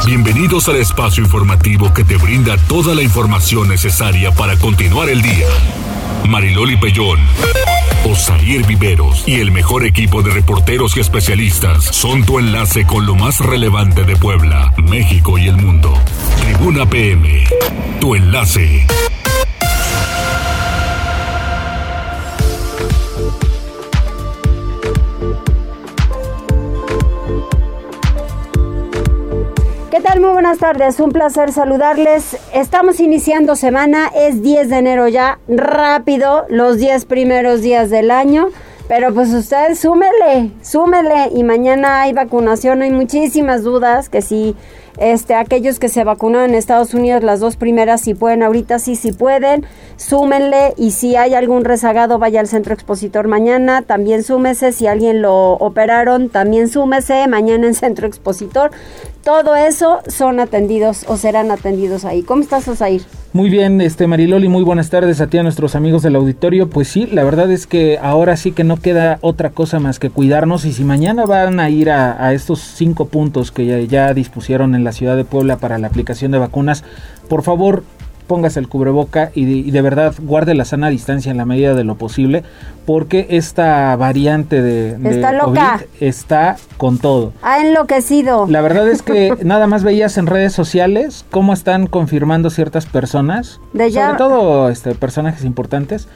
Bienvenidos al espacio informativo que te brinda toda la información necesaria para continuar el día. Mariloli Pellón, Osair Viveros y el mejor equipo de reporteros y especialistas son tu enlace con lo más relevante de Puebla, México y el mundo. Tribuna PM, tu enlace. ¿Qué tal? Muy buenas tardes, un placer saludarles. Estamos iniciando semana, es 10 de enero ya, rápido, los 10 primeros días del año, pero pues usted súmele, y mañana hay vacunación, hay muchísimas dudas que si aquellos que se vacunaron en Estados Unidos, las 2 primeras, si pueden, ahorita sí pueden, súmenle, y si hay algún rezagado, vaya al centro expositor mañana, también súmese, si alguien lo operaron, también súmese, mañana en centro expositor. Todo eso son atendidos o serán atendidos ahí. ¿Cómo estás, Osair? Muy bien, Mariloli, muy buenas tardes a ti, a nuestros amigos del auditorio. Pues sí, la verdad es que ahora sí que no queda otra cosa más que cuidarnos, y si mañana van a ir a estos 5 puntos que ya dispusieron en la ciudad de Puebla para la aplicación de vacunas, por favor, póngase el cubreboca y de verdad guarde la sana distancia en la medida de lo posible, porque esta variante de loca. COVID está con todo. Ha enloquecido. La verdad es que nada más veías en redes sociales cómo están confirmando ciertas personas, sobre todo personajes importantes,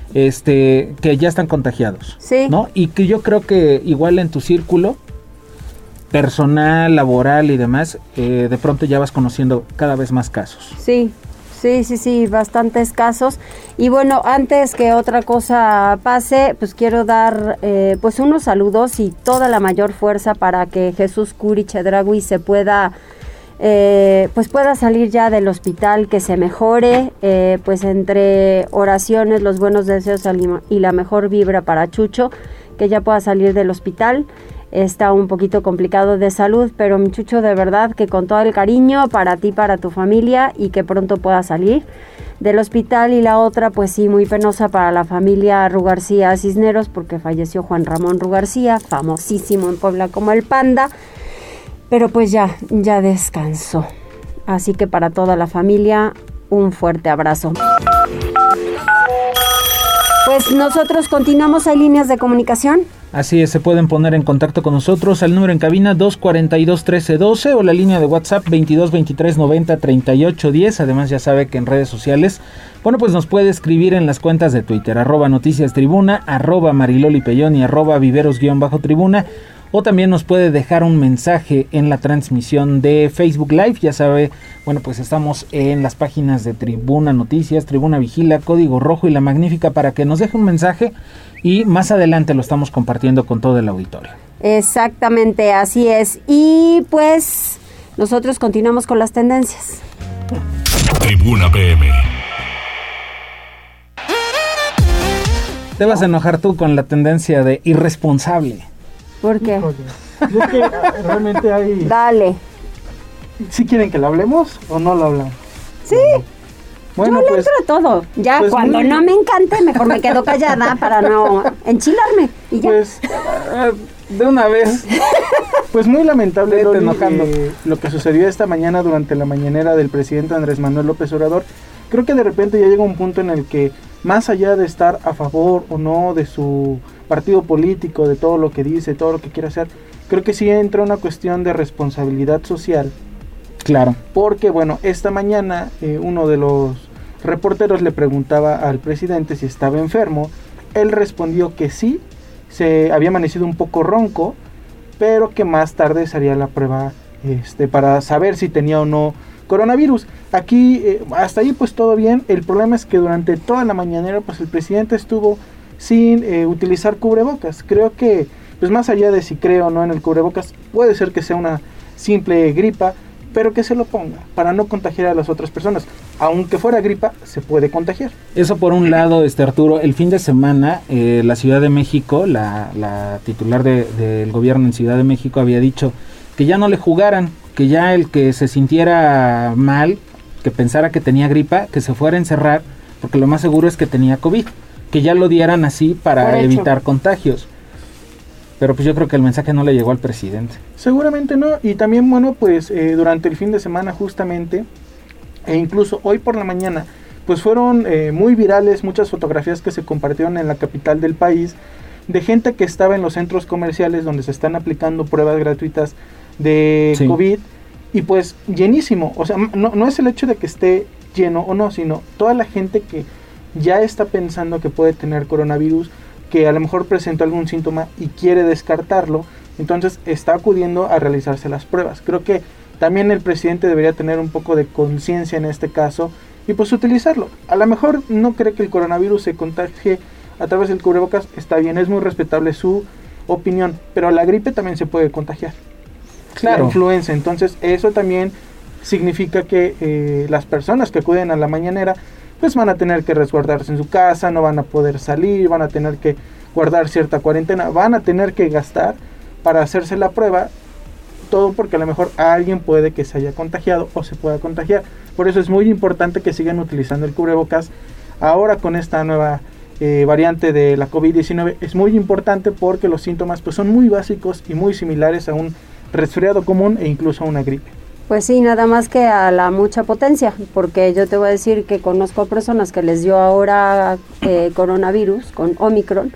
que ya están contagiados, sí, ¿no? Y que yo creo que igual en tu círculo personal, laboral y demás, de pronto ya vas conociendo cada vez más casos. Sí, bastantes casos. Y bueno, antes que otra cosa pase, pues quiero dar pues unos saludos y toda la mayor fuerza para que Jesús Curi Chedraui se pueda salir ya del hospital, que se mejore, pues entre oraciones, los buenos deseos y la mejor vibra para Chucho, que ya pueda salir del hospital. Está un poquito complicado de salud, pero mi Chucho, de verdad que con todo el cariño para ti, para tu familia, y que pronto pueda salir del hospital. Y la otra, pues sí, muy penosa para la familia Ru García Cisneros, porque falleció Juan Ramón Ru García, famosísimo en Puebla como el Panda, pero pues ya descansó. Así que para toda la familia, un fuerte abrazo. Pues nosotros continuamos, hay líneas de comunicación. Así es, se pueden poner en contacto con nosotros al número en cabina 242-1312 o la línea de WhatsApp 2223903810. Además, ya sabe que en redes sociales, bueno, pues nos puede escribir en las cuentas de Twitter, @noticiastribuna, @Mariloli Pellón y @Viveros_Tribuna. O también nos puede dejar un mensaje en la transmisión de Facebook Live. Ya sabe, bueno, pues estamos en las páginas de Tribuna Noticias, Tribuna Vigila, Código Rojo y La Magnífica para que nos deje un mensaje, y más adelante lo estamos compartiendo con todo el auditorio. Exactamente, así es. Y pues nosotros continuamos con las tendencias. Tribuna PM. Te vas a enojar tú con la tendencia de irresponsable. ¿Por qué? Es que realmente hay... Dale. ¿Sí quieren que lo hablemos o no lo hablamos? Sí. Bueno, yo le entro a todo. Ya pues cuando no me encante, mejor me quedo callada para no enchilarme. Y ya. Pues de una vez. Pues muy lamentable, Loli, enojando. Lo que sucedió esta mañana durante la mañanera del presidente Andrés Manuel López Obrador. Creo que de repente ya llega un punto en el que, más allá de estar a favor o no de su partido político, de todo lo que dice, todo lo que quiere hacer, creo que sí entra una cuestión de responsabilidad social. Claro. Porque bueno, esta mañana uno de los reporteros le preguntaba al presidente si estaba enfermo. Él respondió que sí, se había amanecido un poco ronco, pero que más tarde se haría la prueba para saber si tenía o no coronavirus. Aquí hasta ahí pues todo bien. El problema es que durante toda la mañanera pues el presidente estuvo sin utilizar cubrebocas. Creo que pues más allá de si creo o no en el cubrebocas, puede ser que sea una simple gripa, pero que se lo ponga para no contagiar a las otras personas. Aunque fuera gripa, se puede contagiar. Eso por un lado, Arturo. El fin de semana, la Ciudad de México, la titular del gobierno en Ciudad de México había dicho que ya no le jugaran, que ya el que se sintiera mal, que pensara que tenía gripa, que se fuera a encerrar, porque lo más seguro es que tenía COVID, que ya lo dieran así para evitar contagios. pero pues yo creo que el mensaje no le llegó al presidente. Seguramente no, y también bueno, pues durante el fin de semana justamente, e incluso hoy por la mañana, pues fueron muy virales muchas fotografías que se compartieron en la capital del país, de gente que estaba en los centros comerciales donde se están aplicando pruebas gratuitas de COVID, y pues llenísimo, o sea, no es el hecho de que esté lleno o no, sino toda la gente que ya está pensando que puede tener coronavirus, que a lo mejor presentó algún síntoma y quiere descartarlo, entonces está acudiendo a realizarse las pruebas. Creo que también el presidente debería tener un poco de conciencia en este caso y pues utilizarlo. A lo mejor no cree que el coronavirus se contagie a través del cubrebocas, está bien, es muy respetable su opinión, pero la gripe también se puede contagiar. Claro. La influenza, entonces eso también significa que las personas que acuden a la mañanera pues van a tener que resguardarse en su casa, no van a poder salir, van a tener que guardar cierta cuarentena, van a tener que gastar para hacerse la prueba, todo porque a lo mejor alguien puede que se haya contagiado o se pueda contagiar. Por eso es muy importante que sigan utilizando el cubrebocas. Ahora con esta nueva variante de la COVID-19 es muy importante porque los síntomas pues son muy básicos y muy similares a un resfriado común e incluso a una gripe. Pues sí, nada más que a la mucha potencia, porque yo te voy a decir que conozco a personas que les dio ahora coronavirus con Omicron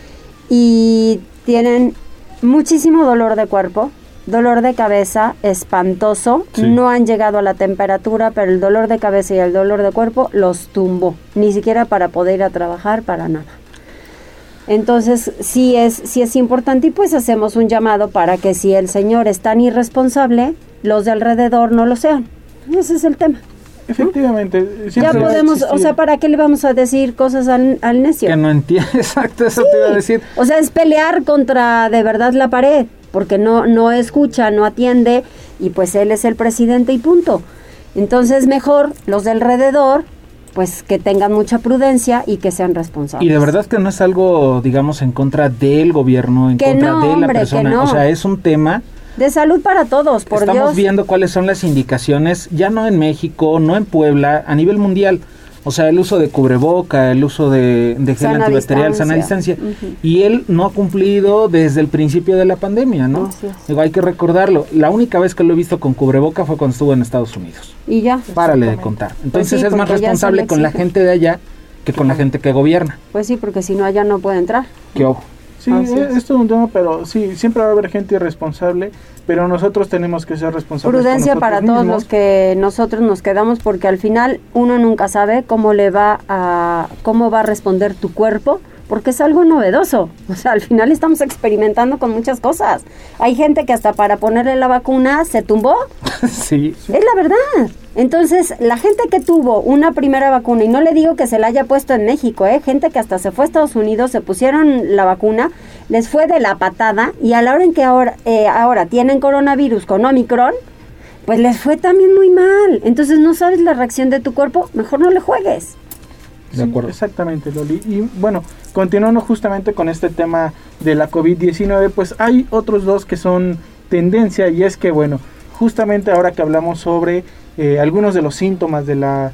y tienen muchísimo dolor de cuerpo, dolor de cabeza espantoso, no han llegado a la temperatura, pero el dolor de cabeza y el dolor de cuerpo los tumbó, ni siquiera para poder ir a trabajar, para nada. Entonces sí es importante y pues hacemos un llamado para que si el señor es tan irresponsable, los de alrededor no lo sean. Ese es el tema. Efectivamente. Ya podemos, o sea, ¿para qué le vamos a decir cosas al necio? Que no entiende, exacto, eso te iba a decir. O sea, es pelear contra de verdad la pared, porque no escucha, no atiende, y pues él es el presidente y punto. Entonces mejor los de alrededor, pues que tengan mucha prudencia y que sean responsables. Y de verdad que no es algo, digamos, en contra del gobierno, en que contra no, de hombre, la persona, que no. O sea, es un tema de salud para todos, por Dios. Estamos viendo cuáles son las indicaciones, ya no en México, no en Puebla, a nivel mundial. O sea, el uso de cubreboca, el uso de gel antibacterial, sana distancia. Y él no ha cumplido desde el principio de la pandemia, ¿no? Digo, hay que recordarlo. La única vez que lo he visto con cubreboca fue cuando estuvo en Estados Unidos. Y ya. Párale de contar. Entonces es más responsable con la gente de allá que con la gente que gobierna. Pues sí, porque si no allá no puede entrar. ¿Qué ojo? Sí, esto es un tema, pero sí, siempre va a haber gente irresponsable, pero nosotros tenemos que ser responsables. Prudencia para todos los que nosotros nos quedamos, porque al final uno nunca sabe cómo va a responder tu cuerpo, porque es algo novedoso. O sea, al final estamos experimentando con muchas cosas. Hay gente que hasta para ponerle la vacuna se tumbó. Sí. Es la verdad. Entonces, la gente que tuvo una primera vacuna, y no le digo que se la haya puesto en México, gente que hasta se fue a Estados Unidos, se pusieron la vacuna, les fue de la patada, y a la hora en que ahora tienen coronavirus con Omicron, pues les fue también muy mal. Entonces, no sabes la reacción de tu cuerpo, mejor no le juegues. De acuerdo. Sí, exactamente, Loli. Y bueno, continuando justamente con este tema de la COVID-19, pues hay otros dos que son tendencia, y es que, bueno, justamente ahora que hablamos sobre algunos de los síntomas de la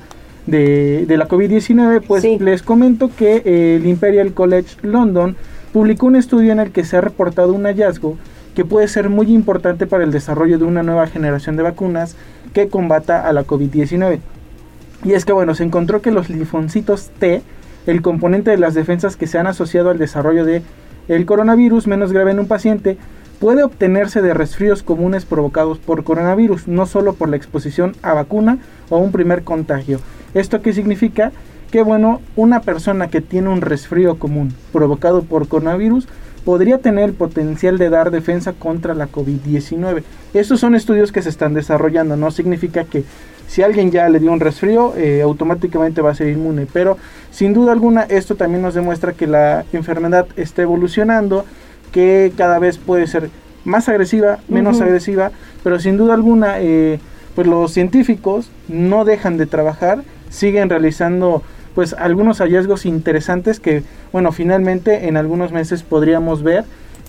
COVID-19, pues les comento que el Imperial College London publicó un estudio en el que se ha reportado un hallazgo que puede ser muy importante para el desarrollo de una nueva generación de vacunas que combata a la COVID-19. Y es que, bueno, se encontró que los linfocitos T, el componente de las defensas que se han asociado al desarrollo de el coronavirus menos grave en un paciente, puede obtenerse de resfríos comunes provocados por coronavirus, no solo por la exposición a vacuna o un primer contagio. ¿Esto qué significa? Que, bueno, una persona que tiene un resfrío común provocado por coronavirus podría tener el potencial de dar defensa contra la COVID-19. Estos son estudios que se están desarrollando, no significa que si alguien ya le dio un resfrío, automáticamente va a ser inmune, pero sin duda alguna esto también nos demuestra que la enfermedad está evolucionando, que cada vez puede ser más agresiva, menos agresiva, pero sin duda alguna pues los científicos no dejan de trabajar, siguen realizando pues algunos hallazgos interesantes que, bueno, finalmente en algunos meses podríamos ver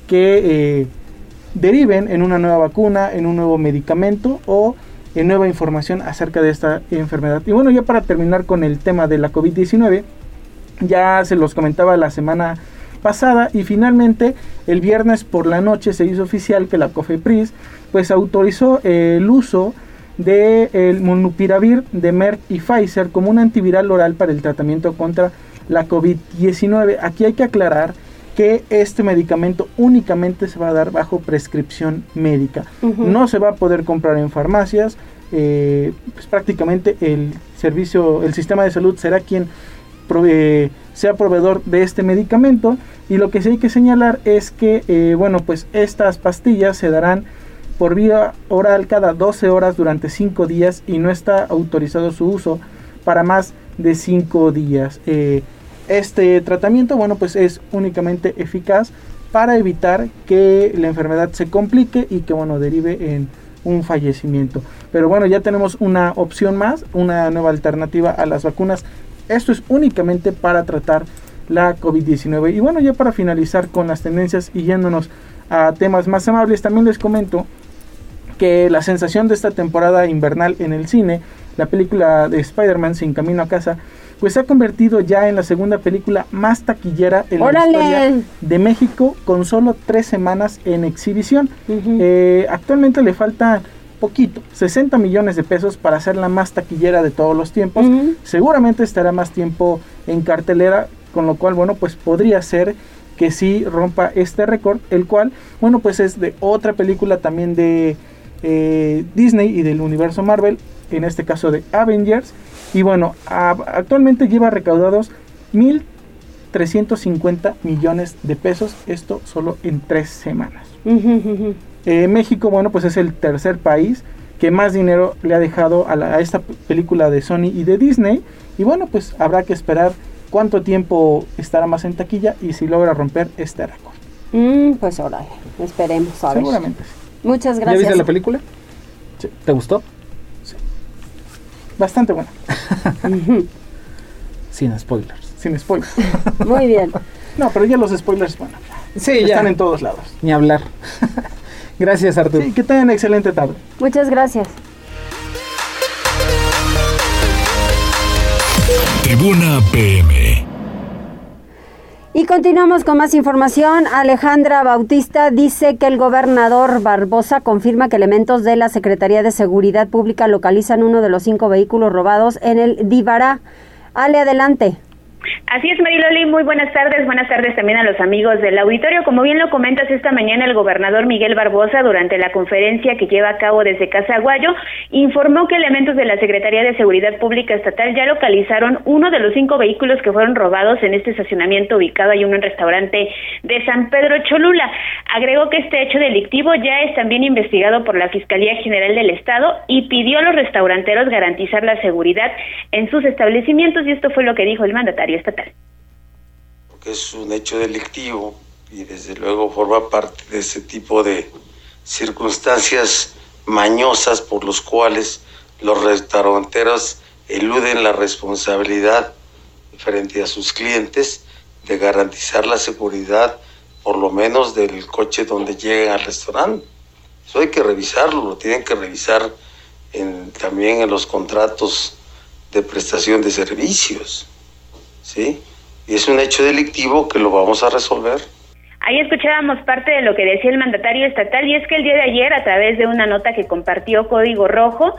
que deriven en una nueva vacuna, en un nuevo medicamento o en nueva información acerca de esta enfermedad. Y bueno, ya para terminar con el tema de la COVID-19, ya se los comentaba la semana pasada, y finalmente el viernes por la noche se hizo oficial que la COFEPRIS pues autorizó el uso del molnupiravir de Merck y Pfizer como un antiviral oral para el tratamiento contra la COVID-19. Aquí hay que aclarar que este medicamento únicamente se va a dar bajo prescripción médica. No se va a poder comprar en farmacias. Pues prácticamente el sistema de salud será quien sea proveedor de este medicamento, y lo que sí hay que señalar es que bueno, pues estas pastillas se darán por vía oral cada 12 horas durante 5 días y no está autorizado su uso para más de 5 días. Este tratamiento, bueno, pues es únicamente eficaz para evitar que la enfermedad se complique y que, bueno, derive en un fallecimiento. Pero bueno, ya tenemos una opción más, una nueva alternativa a las vacunas. Esto es únicamente para tratar la COVID-19. Y bueno, ya para finalizar con las tendencias y yéndonos a temas más amables, también les comento que la sensación de esta temporada invernal en el cine, la película de Spider-Man Sin Camino a Casa, pues se ha convertido ya en la segunda película más taquillera en la historia de México, con solo 3 semanas en exhibición. Actualmente le falta poquito, 60 millones de pesos para ser la más taquillera de todos los tiempos. Seguramente estará más tiempo en cartelera, con lo cual, bueno, pues podría ser que sí rompa este récord, el cual, bueno, pues es de otra película también de Disney y del universo Marvel, en este caso de Avengers. Y bueno, actualmente lleva recaudados 1.350 millones de pesos, esto solo en 3 semanas. México, bueno, pues es el tercer país que más dinero le ha dejado a esta película de Sony y de Disney. Y bueno, pues habrá que esperar cuánto tiempo estará más en taquilla y si logra romper este récord. Pues órale, esperemos a ver. Seguramente sí. Muchas gracias. ¿Ya viste la película? Sí. ¿Te gustó? Sí. Bastante buena. Sin spoilers. Sin spoilers. Muy bien. No, pero ya los spoilers, bueno, sí, están ya en todos lados. Ni hablar. Gracias, Arturo. Sí, que tengan excelente tarde. Muchas gracias. Tribuna PM. Y continuamos con más información. Alejandra Bautista dice que el gobernador Barbosa confirma que elementos de la Secretaría de Seguridad Pública localizan uno de los 5 vehículos robados en el Divará. Ale, adelante. Así es, Mariloli, muy buenas tardes también a los amigos del auditorio. Como bien lo comentas, esta mañana el gobernador Miguel Barbosa, durante la conferencia que lleva a cabo desde Casaguayo, informó que elementos de la Secretaría de Seguridad Pública Estatal ya localizaron uno de los 5 vehículos que fueron robados en este estacionamiento ubicado ahí en un restaurante de San Pedro Cholula. Agregó que este hecho delictivo ya es también investigado por la Fiscalía General del Estado y pidió a los restauranteros garantizar la seguridad en sus establecimientos, y esto fue lo que dijo el mandatario estatal. Porque es un hecho delictivo y desde luego forma parte de ese tipo de circunstancias mañosas por los cuales los restauranteros eluden la responsabilidad frente a sus clientes de garantizar la seguridad, por lo menos del coche donde lleguen al restaurante. Eso hay que revisarlo, lo tienen que revisar también en los contratos de prestación de servicios, ¿sí? Y es un hecho delictivo que lo vamos a resolver. Ahí escuchábamos parte de lo que decía el mandatario estatal, y es que el día de ayer, a través de una nota que compartió Código Rojo,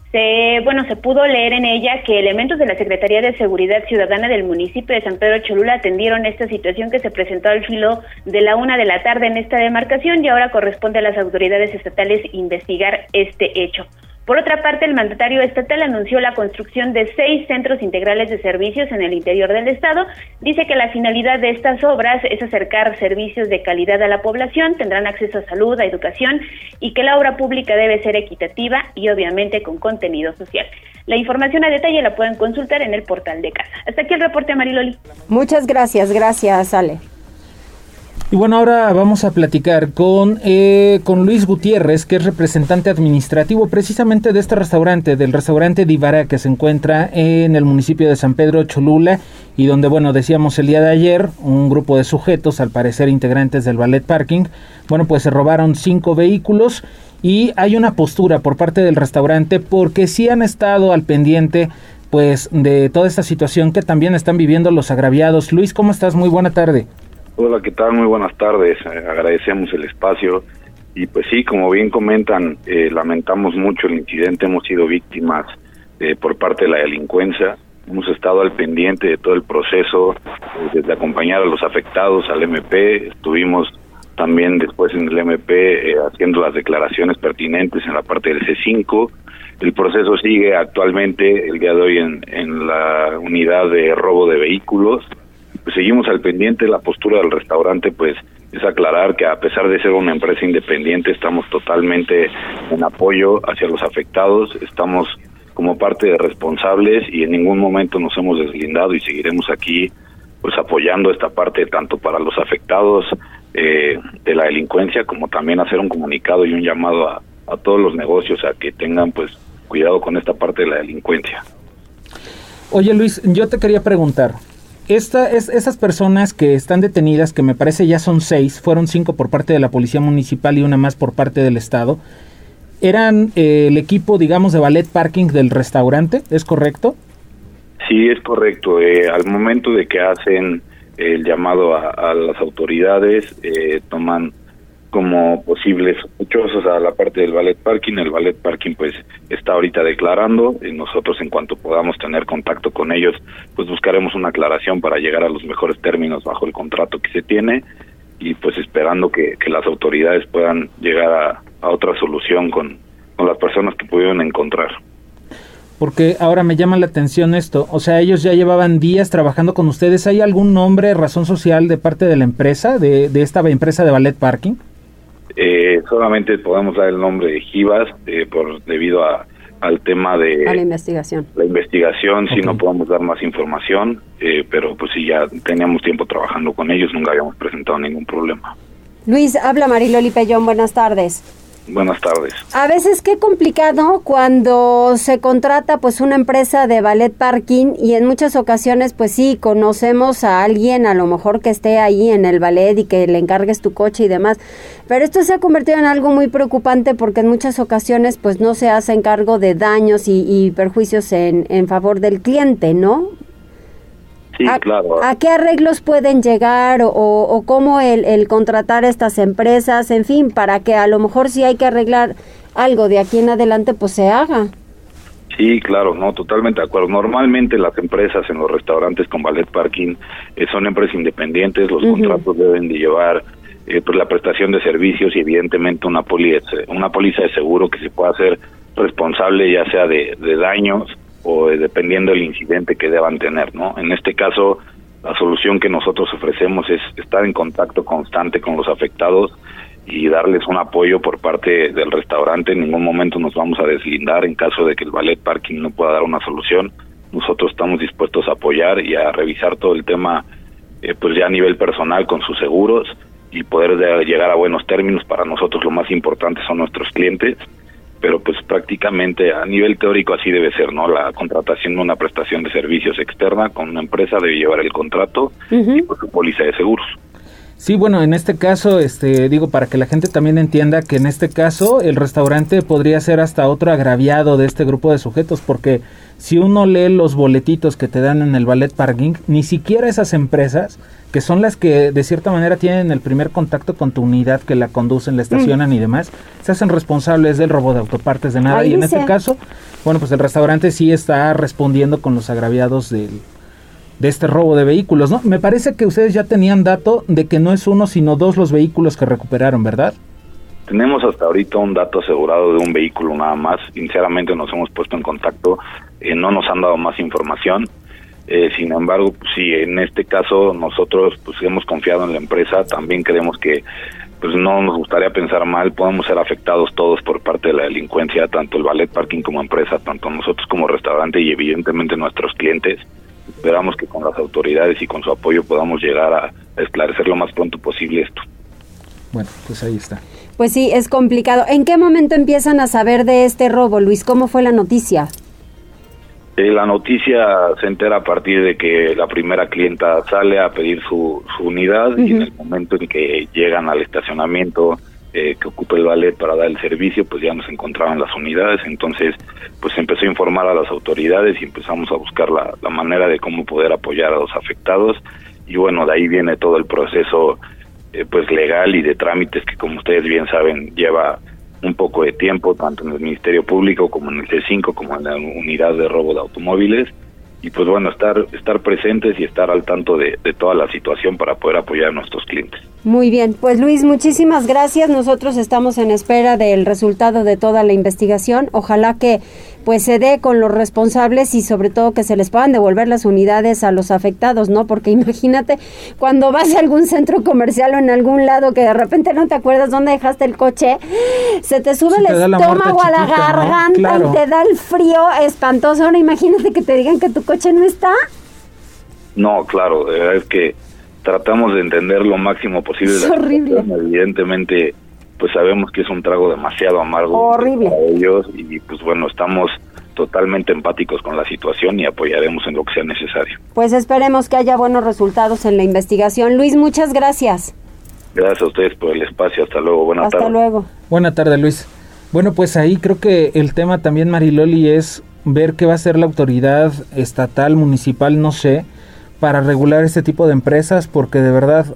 se pudo leer en ella que elementos de la Secretaría de Seguridad Ciudadana del municipio de San Pedro Cholula atendieron esta situación que se presentó al filo de la 1 de la tarde en esta demarcación, y ahora corresponde a las autoridades estatales investigar este hecho. Por otra parte, el mandatario estatal anunció la construcción de 6 centros integrales de servicios en el interior del estado. Dice que la finalidad de estas obras es acercar servicios de calidad a la población, tendrán acceso a salud, a educación, y que la obra pública debe ser equitativa y obviamente con contenido social. La información a detalle la pueden consultar en el portal de casa. Hasta aquí el reporte, Mariloli. Muchas gracias, Ale. Y bueno, ahora vamos a platicar con Luis Gutiérrez, que es representante administrativo precisamente de este restaurante, del restaurante Divará, que se encuentra en el municipio de San Pedro Cholula, y donde, bueno, decíamos el día de ayer, un grupo de sujetos, al parecer integrantes del Ballet Parking, bueno, pues se robaron 5 vehículos, y hay una postura por parte del restaurante porque sí han estado al pendiente, pues, de toda esta situación que también están viviendo los agraviados. Luis, ¿cómo estás? Muy buena tarde. Hola, ¿qué tal? Muy buenas tardes. Agradecemos el espacio. Y pues sí, como bien comentan, lamentamos mucho el incidente. Hemos sido víctimas por parte de la delincuencia. Hemos estado al pendiente de todo el proceso, desde acompañar a los afectados al MP. Estuvimos también después en el MP haciendo las declaraciones pertinentes en la parte del C5. El proceso sigue actualmente, el día de hoy, en la unidad de robo de vehículos. Pues seguimos al pendiente. La postura del restaurante pues es aclarar que a pesar de ser una empresa independiente, estamos totalmente en apoyo hacia los afectados, estamos como parte de responsables y en ningún momento nos hemos deslindado y seguiremos aquí pues apoyando esta parte tanto para los afectados de la delincuencia, como también hacer un comunicado y un llamado a todos los negocios a que tengan pues cuidado con esta parte de la delincuencia. Oye, Luis, yo te quería preguntar, esas personas que están detenidas, que me parece ya son 6, fueron 5 por parte de la Policía Municipal y una más por parte del Estado, ¿eran el equipo, digamos, de valet parking del restaurante? ¿Es correcto? Sí, es correcto. Al momento de que hacen el llamado a las autoridades, toman como posibles sospechosos a la parte del valet parking. El valet parking pues está ahorita declarando y nosotros en cuanto podamos tener contacto con ellos pues buscaremos una aclaración para llegar a los mejores términos bajo el contrato que se tiene y pues esperando que las autoridades puedan llegar a otra solución con las personas que pudieron encontrar. Porque ahora me llama la atención esto, o sea, ellos ya llevaban días trabajando con ustedes. ¿Hay algún nombre, razón social de parte de la empresa, de esta empresa de valet parking? Solamente podemos dar el nombre de Jivas debido al tema de a la investigación. La investigación, okay. Sí, no podemos dar más información, pero pues sí, ya teníamos tiempo trabajando con ellos, nunca habíamos presentado ningún problema. Luis, habla Mariloli Pellón, buenas tardes. Buenas tardes. A veces qué complicado cuando se contrata pues una empresa de valet parking y en muchas ocasiones pues sí, conocemos a alguien a lo mejor que esté ahí en el valet y que le encargues tu coche y demás, pero esto se ha convertido en algo muy preocupante porque en muchas ocasiones pues no se hacen cargo de daños y perjuicios en favor del cliente, ¿no? Sí, claro. ¿A qué arreglos pueden llegar o cómo el contratar a estas empresas, en fin, para que a lo mejor si hay que arreglar algo de aquí en adelante, pues se haga? Sí, claro, no, totalmente de acuerdo. Normalmente las empresas en los restaurantes con valet parking son empresas independientes, los contratos deben de llevar pues la prestación de servicios y evidentemente una póliza de seguro que se pueda hacer responsable ya sea de daños o dependiendo del incidente que deban tener, ¿no? En este caso, la solución que nosotros ofrecemos es estar en contacto constante con los afectados y darles un apoyo por parte del restaurante. En ningún momento nos vamos a deslindar en caso de que el valet parking no pueda dar una solución. Nosotros estamos dispuestos a apoyar y a revisar todo el tema pues ya a nivel personal con sus seguros y poder llegar a buenos términos. Para nosotros lo más importante son nuestros clientes, pero pues prácticamente a nivel teórico así debe ser, ¿no? La contratación de una prestación de servicios externa con una empresa debe llevar el contrato y pues su póliza de seguros. Sí, bueno, en este caso, digo, para que la gente también entienda que en este caso el restaurante podría ser hasta otro agraviado de este grupo de sujetos, porque si uno lee los boletitos que te dan en el valet parking, ni siquiera esas empresas, que son las que de cierta manera tienen el primer contacto con tu unidad, que la conducen, la estacionan y demás, se hacen responsables del robo de autopartes, de nada. Ahí y en este caso, bueno, pues el restaurante sí está respondiendo con los agraviados de este robo de vehículos, ¿no? Me parece que ustedes ya tenían dato de que no es uno, sino 2 los vehículos que recuperaron, ¿verdad? Tenemos hasta ahorita un dato asegurado de un vehículo nada más. Sinceramente nos hemos puesto en contacto, no nos han dado más información. Sin embargo, pues sí, en este caso nosotros pues hemos confiado en la empresa. También creemos que pues no nos gustaría pensar mal, podemos ser afectados todos por parte de la delincuencia, tanto el valet parking como empresa, tanto nosotros como restaurante y evidentemente nuestros clientes. Esperamos que con las autoridades y con su apoyo podamos llegar a esclarecer lo más pronto posible esto. Bueno, pues ahí está. Pues sí, es complicado. ¿En qué momento empiezan a saber de este robo, Luis? ¿Cómo fue la noticia? La noticia se entera a partir de que la primera clienta sale a pedir su unidad y en el momento en que llegan al estacionamiento que ocupa el valet para dar el servicio, pues ya nos encontraban las unidades. Entonces pues se empezó a informar a las autoridades y empezamos a buscar la manera de cómo poder apoyar a los afectados y bueno, de ahí viene todo el proceso pues legal y de trámites que, como ustedes bien saben, lleva un poco de tiempo, tanto en el Ministerio Público como en el C5, como en la unidad de robo de automóviles, y pues bueno, estar presentes y estar al tanto de toda la situación para poder apoyar a nuestros clientes. Muy bien, pues Luis, muchísimas gracias. Nosotros estamos en espera del resultado de toda la investigación. Ojalá que pues se dé con los responsables y sobre todo que se les puedan devolver las unidades a los afectados, ¿no? Porque imagínate cuando vas a algún centro comercial o en algún lado que de repente no te acuerdas dónde dejaste el coche, se te sube el estómago a la garganta, ¿no? Claro. Y te da el frío espantoso. Ahora imagínate que te digan que tu coche no está. No, claro, de verdad es que tratamos de entender lo máximo posible. Es horrible. Evidentemente, pues sabemos que es un trago demasiado amargo horrible para ellos y pues bueno, estamos totalmente empáticos con la situación y apoyaremos en lo que sea necesario. Pues esperemos que haya buenos resultados en la investigación. Luis, muchas gracias. Gracias a ustedes por el espacio. Hasta luego. Buenas tardes. Hasta luego. Buenas tardes, Luis. Bueno, pues ahí creo que el tema también, Mariloli, es ver qué va a hacer la autoridad estatal, municipal, no sé, para regular este tipo de empresas, porque de verdad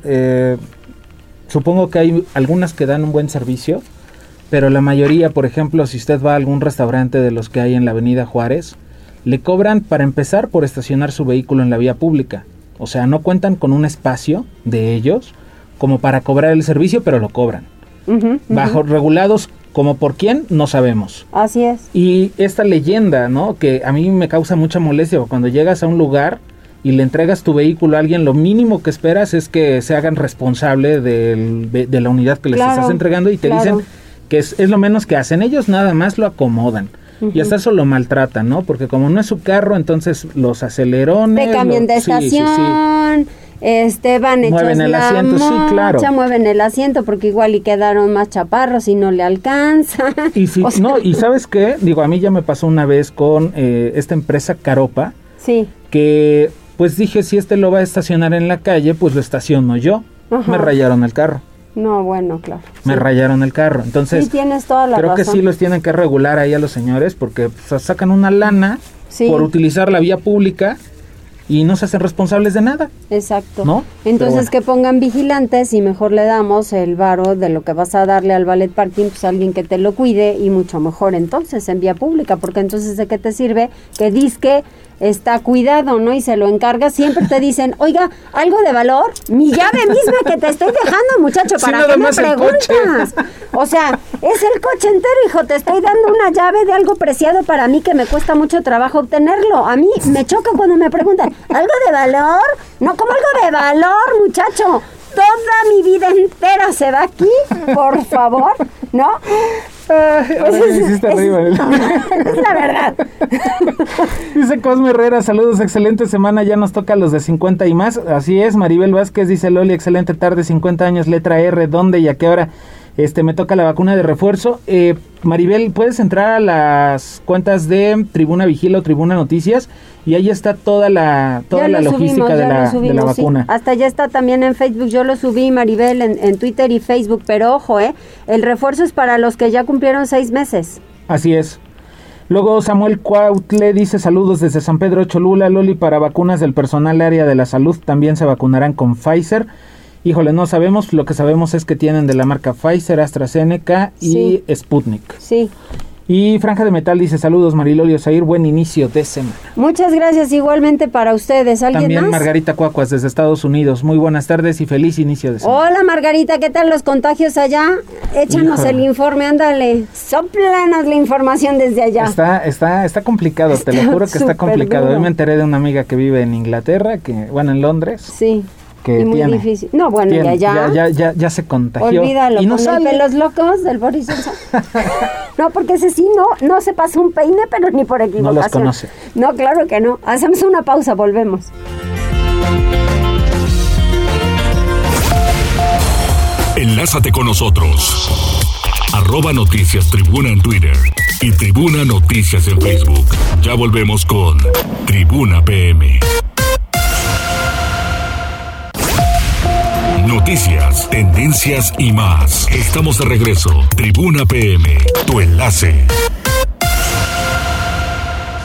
supongo que hay algunas que dan un buen servicio, pero la mayoría, por ejemplo, si usted va a algún restaurante de los que hay en la avenida Juárez, le cobran para empezar por estacionar su vehículo en la vía pública. O sea, no cuentan con un espacio de ellos como para cobrar el servicio, pero lo cobran. Bajo regulados, como por quién, no sabemos. Así es. Y esta leyenda, ¿no? Que a mí me causa mucha molestia, cuando llegas a un lugar y le entregas tu vehículo a alguien, lo mínimo que esperas es que se hagan responsable de la unidad que les estás entregando y te dicen que es lo menos que hacen. Ellos nada más lo acomodan. Y hasta eso lo maltratan, ¿no? Porque como no es su carro, entonces los acelerones... Te cambian de estación, van hechos mueven el asiento, sí, claro. Mueven el asiento porque igual y quedaron más chaparros y no le alcanza. Y si, o sea, no, y ¿sabes qué? Digo, a mí ya me pasó una vez con esta empresa Caropa, que pues dije, si lo va a estacionar en la calle, pues lo estaciono yo. Me rayaron el carro. No, bueno, claro. Me rayaron el carro. Entonces, sí, tienes toda la creo razón. que sí los tienen que regular ahí a los señores porque pues, sacan una lana por utilizar la vía pública y no se hacen responsables de nada. Exacto. ¿No? Entonces bueno, que pongan vigilantes y mejor le damos el varo de lo que vas a darle al valet parking, pues a alguien que te lo cuide y mucho mejor entonces en vía pública, porque entonces ¿de qué te sirve que dizque está cuidado, ¿no? Y se lo encargas, siempre te dicen, oiga, algo de valor, mi llave misma que te estoy dejando, muchacho, ¿para qué me preguntas? O sea, es el coche entero, hijo, te estoy dando una llave de algo preciado para mí que me cuesta mucho trabajo obtenerlo. A mí me choca cuando me preguntan, ¿algo de valor? No, ¿cómo algo de valor, muchacho? Toda mi vida entera se va aquí, por favor, ¿no? Es la verdad. Dice Cosme Herrera, saludos, excelente semana, ya nos toca los de 50 y más. Así es, Maribel Vázquez dice, Loli, excelente tarde, 50 años, letra R, ¿dónde y a qué hora? Me toca la vacuna de refuerzo. Maribel, puedes entrar a las cuentas de Tribuna Vigila o Tribuna Noticias y ahí está toda la logística de la vacuna. Sí. Hasta ya está también en Facebook, yo lo subí, Maribel, en Twitter y Facebook, pero ojo, el refuerzo es para los que ya cumplieron 6 meses. Así es. Luego Samuel Cuautle dice, saludos desde San Pedro Cholula, Loli, para vacunas del personal área de la salud también se vacunarán con Pfizer. Híjole, no sabemos, lo que sabemos es que tienen de la marca Pfizer, AstraZeneca y Sputnik. Sí. Y Franja de Metal dice, saludos Mariloli Osair, buen inicio de semana. Muchas gracias, igualmente para ustedes. ¿Alguien También más? Margarita Cuacuas desde Estados Unidos, muy buenas tardes y feliz inicio de semana. Hola Margarita, ¿qué tal los contagios allá? Échanos el informe, ándale, sóplanos la información desde allá. Está complicado, te lo juro que está complicado. Duro. Hoy me enteré de una amiga que vive en Inglaterra, en Londres. Sí. Que y muy difícil. No, bueno, ya se contagió. Olvídalo, y no con sale. los pelos locos del Boris Johnson. No, porque ese sí no se pasa un peine, pero ni por equivocación. No los conoce. No, claro que no. Hacemos una pausa, volvemos. Enlázate con nosotros. @Noticias Tribuna en Twitter y Tribuna Noticias en Facebook. Ya volvemos con Tribuna PM. Noticias, tendencias y más. Estamos de regreso. Tribuna PM, tu enlace.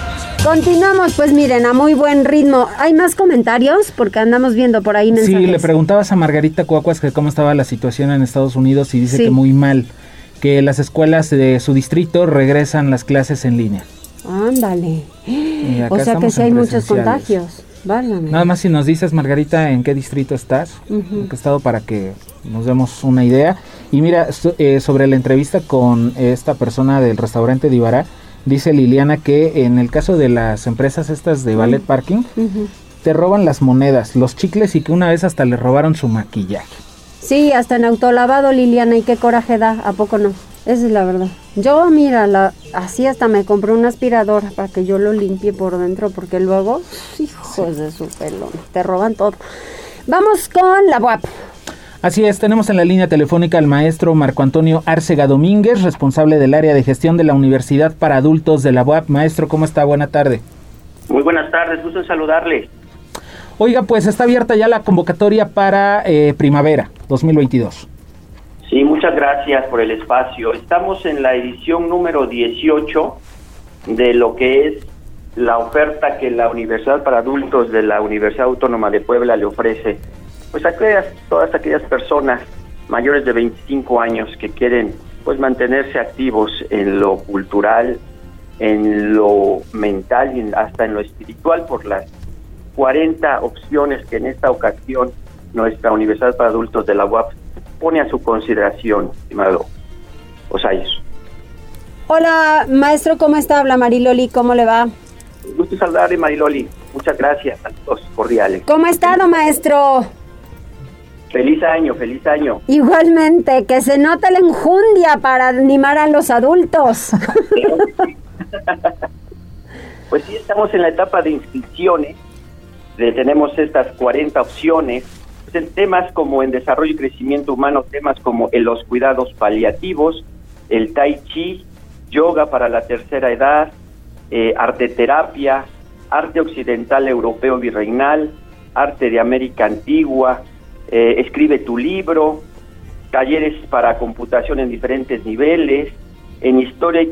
Continuamos, pues miren, a muy buen ritmo. ¿Hay más comentarios? Porque andamos viendo por ahí mensajes. Sí, le preguntabas a Margarita Cuacuas que cómo estaba la situación en Estados Unidos y dice Sí. que muy mal, que las escuelas de su distrito regresan las clases en línea. Ándale. Y acá O sea que estamos sí en hay muchos presenciales. contagios. Válgame. Nada más si nos dices, Margarita, en qué distrito estás, en qué estado, para que nos demos una idea. Y mira, sobre la entrevista con esta persona del restaurante de Ibará, dice Liliana que en el caso de las empresas estas de Ballet Parking, te roban las monedas, los chicles y que una vez hasta le robaron su maquillaje. Sí, hasta en autolavado, Liliana, y qué coraje da, ¿a poco no? Esa es la verdad. Yo, mira, así hasta me compré una aspiradora para que yo lo limpie por dentro, porque luego, hijos de su pelón, te roban todo. Vamos con la UAP. Así es, tenemos en la línea telefónica al maestro Marco Antonio Árcega Domínguez, responsable del área de gestión de la Universidad para Adultos de la UAP. Maestro, ¿cómo está? Buena tarde. Muy buenas tardes, gusto en saludarle. Oiga, pues está abierta ya la convocatoria para primavera 2022. Sí, muchas gracias por el espacio. Estamos en la edición número 18 de lo que es la oferta que la Universidad para Adultos de la Universidad Autónoma de Puebla le ofrece. Pues todas aquellas personas mayores de 25 años que quieren pues mantenerse activos en lo cultural, en lo mental y hasta en lo espiritual por las 40 opciones que en esta ocasión nuestra Universidad para Adultos de la UAP pone a su consideración, estimado Osiris. Hola, maestro, ¿cómo está? Habla Mariloli, ¿cómo le va? Gusto saludarle, Mariloli. Muchas gracias a todos cordiales. ¿Cómo ha estado, maestro? Feliz año, feliz año. Igualmente, que se nota la enjundia para animar a los adultos. Pues sí, estamos en la etapa de inscripciones. Tenemos estas 40 opciones. En temas como en desarrollo y crecimiento humano, temas como en los cuidados paliativos, el tai chi, yoga para la tercera edad, arteterapia, arte occidental europeo virreinal, arte de América antigua, escribe tu libro, talleres para computación en diferentes niveles. En historia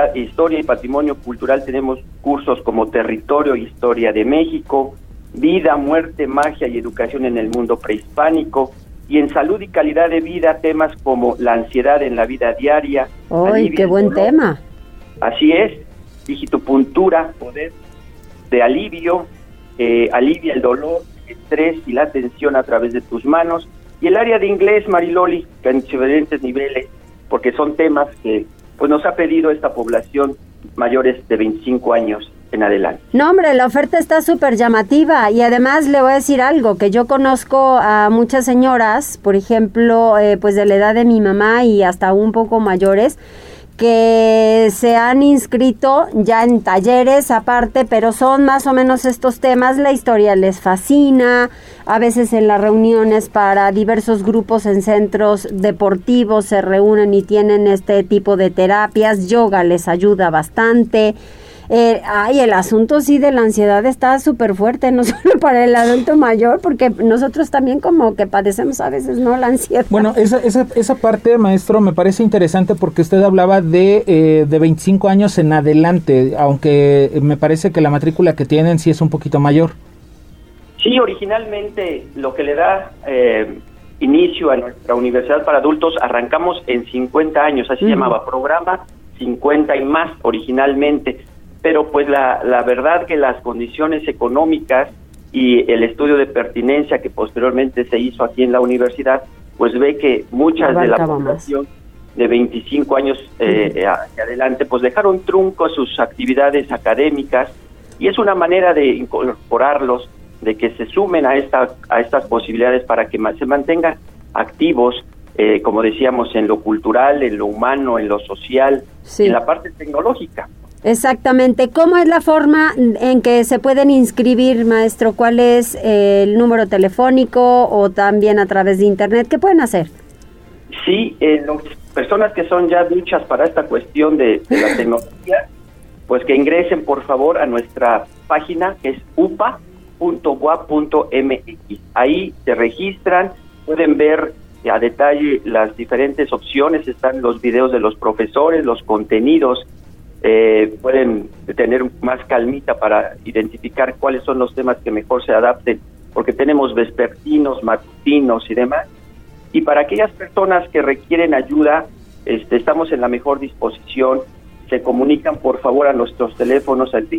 y patrimonio cultural tenemos cursos como territorio e historia de México, vida, muerte, magia y educación en el mundo prehispánico, y en salud y calidad de vida temas como la ansiedad en la vida diaria. ¡Ay, qué buen tema! Así es, digitopuntura, poder de alivio, alivia el dolor, el estrés y la tensión a través de tus manos, y el área de inglés, Mariloli, en diferentes niveles, porque son temas que pues nos ha pedido esta población mayores de 25 años en adelante. No, hombre, la oferta está súper llamativa y además le voy a decir algo, que yo conozco a muchas señoras, por ejemplo, pues de la edad de mi mamá y hasta un poco mayores, que se han inscrito ya en talleres aparte, pero son más o menos estos temas, la historia les fascina, a veces en las reuniones para diversos grupos en centros deportivos se reúnen y tienen este tipo de terapias, yoga les ayuda bastante. El asunto sí de la ansiedad está súper fuerte, no solo para el adulto mayor, porque nosotros también como que padecemos a veces, ¿no? La ansiedad. Bueno, esa parte, maestro, me parece interesante porque usted hablaba de 25 años en adelante, aunque me parece que la matrícula que tienen sí es un poquito mayor. Sí, originalmente lo que le da inicio a nuestra Universidad para Adultos, arrancamos en 50 años, así se llamaba, programa 50 y más originalmente. Pero pues la verdad que las condiciones económicas y el estudio de pertinencia que posteriormente se hizo aquí en la universidad, pues ve que muchas de la población de 25 años hacia adelante, pues dejaron trunco sus actividades académicas, y es una manera de incorporarlos, de que se sumen a estas posibilidades para que se mantengan activos, como decíamos, en lo cultural, en lo humano, en lo social, en la parte tecnológica. Exactamente. ¿Cómo es la forma en que se pueden inscribir, maestro? ¿Cuál es el número telefónico o también a través de internet? ¿Qué pueden hacer? Sí, las personas que son ya duchas para esta cuestión de la tecnología, pues que ingresen por favor a nuestra página, que es upa.uap.mx. Ahí se registran, pueden ver a detalle las diferentes opciones, están los videos de los profesores, los contenidos pueden tener más calmita para identificar cuáles son los temas que mejor se adapten, porque tenemos vespertinos, matutinos y demás. Y para aquellas personas que requieren ayuda, estamos en la mejor disposición. Se comunican por favor a nuestros teléfonos al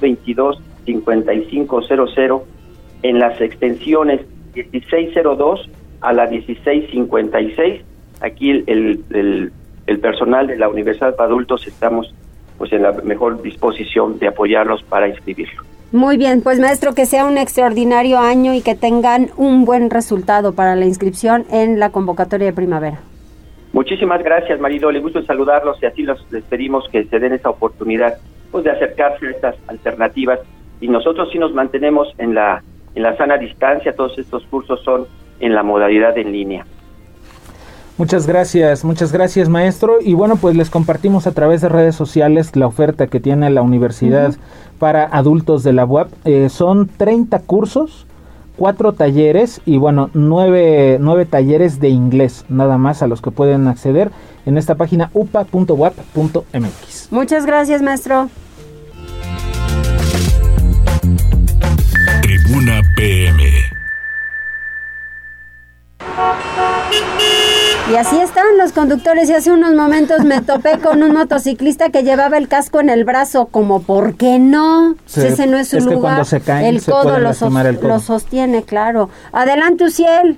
2222-5500 en las extensiones 1602 a la 1656. Aquí el personal de la Universidad para Adultos estamos pues en la mejor disposición de apoyarlos para inscribirlo. Muy bien, pues maestro, que sea un extraordinario año y que tengan un buen resultado para la inscripción en la convocatoria de primavera. Muchísimas gracias, Mariloli, gusto en saludarlos y así les pedimos que se den esa oportunidad pues de acercarse a estas alternativas, y nosotros sí nos mantenemos en la sana distancia. Todos estos cursos son en la modalidad en línea. Muchas gracias maestro, y bueno, pues les compartimos a través de redes sociales la oferta que tiene la Universidad para Adultos de la UAP. Son 30 cursos, 4 talleres y bueno, 9 talleres de inglés, nada más, a los que pueden acceder en esta página upa.uap.mx. Muchas gracias, maestro. Tribuna PM. Y así están los conductores, y hace unos momentos me topé con un motociclista que llevaba el casco en el brazo, como ¿por qué no? Sí, ese no es su lugar. Que cuando se caen, el codo lo sostiene, claro. Adelante, Uciel.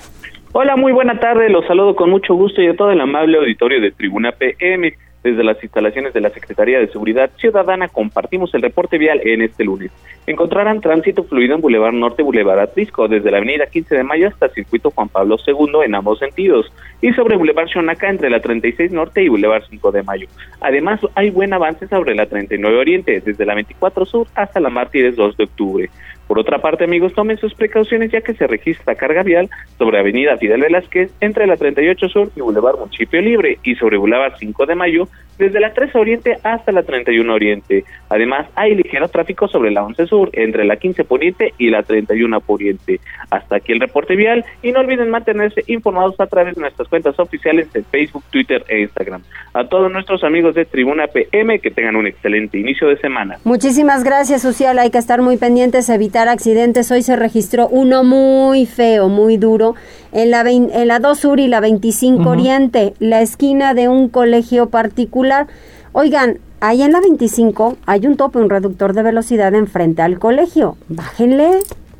Hola, muy buena tarde, los saludo con mucho gusto y a todo el amable auditorio de Tribuna PM. Desde las instalaciones de la Secretaría de Seguridad Ciudadana compartimos el reporte vial en este lunes. Encontrarán tránsito fluido en Boulevard Norte, Boulevard Atlisco, desde la avenida 15 de Mayo hasta Circuito Juan Pablo II en ambos sentidos, y sobre Boulevard Xonaca entre la 36 Norte y Boulevard 5 de Mayo. Además, hay buen avance sobre la 39 Oriente, desde la 24 Sur hasta la Mártires 2 de octubre. Por otra parte, amigos, tomen sus precauciones ya que se registra carga vial sobre avenida Fidel Velázquez entre la 38 Sur y Boulevard Municipio Libre, y sobre Boulevard 5 de Mayo desde la 3 Oriente hasta la 31 Oriente. Además, hay ligero tráfico sobre la 11 Sur entre la 15 Poniente y la 31 Poniente. Hasta aquí el reporte vial, y no olviden mantenerse informados a través de nuestras cuentas oficiales de Facebook, Twitter e Instagram. A todos nuestros amigos de Tribuna PM, que tengan un excelente inicio de semana. Muchísimas gracias, Uciel. Hay que estar muy pendientes, evitar accidentes. Hoy se registró uno muy feo, muy duro, en la 2 Sur y la 25 Oriente, la esquina de un colegio particular. Oigan, ahí en la 25 hay un tope, un reductor de velocidad enfrente al colegio. Bájenle.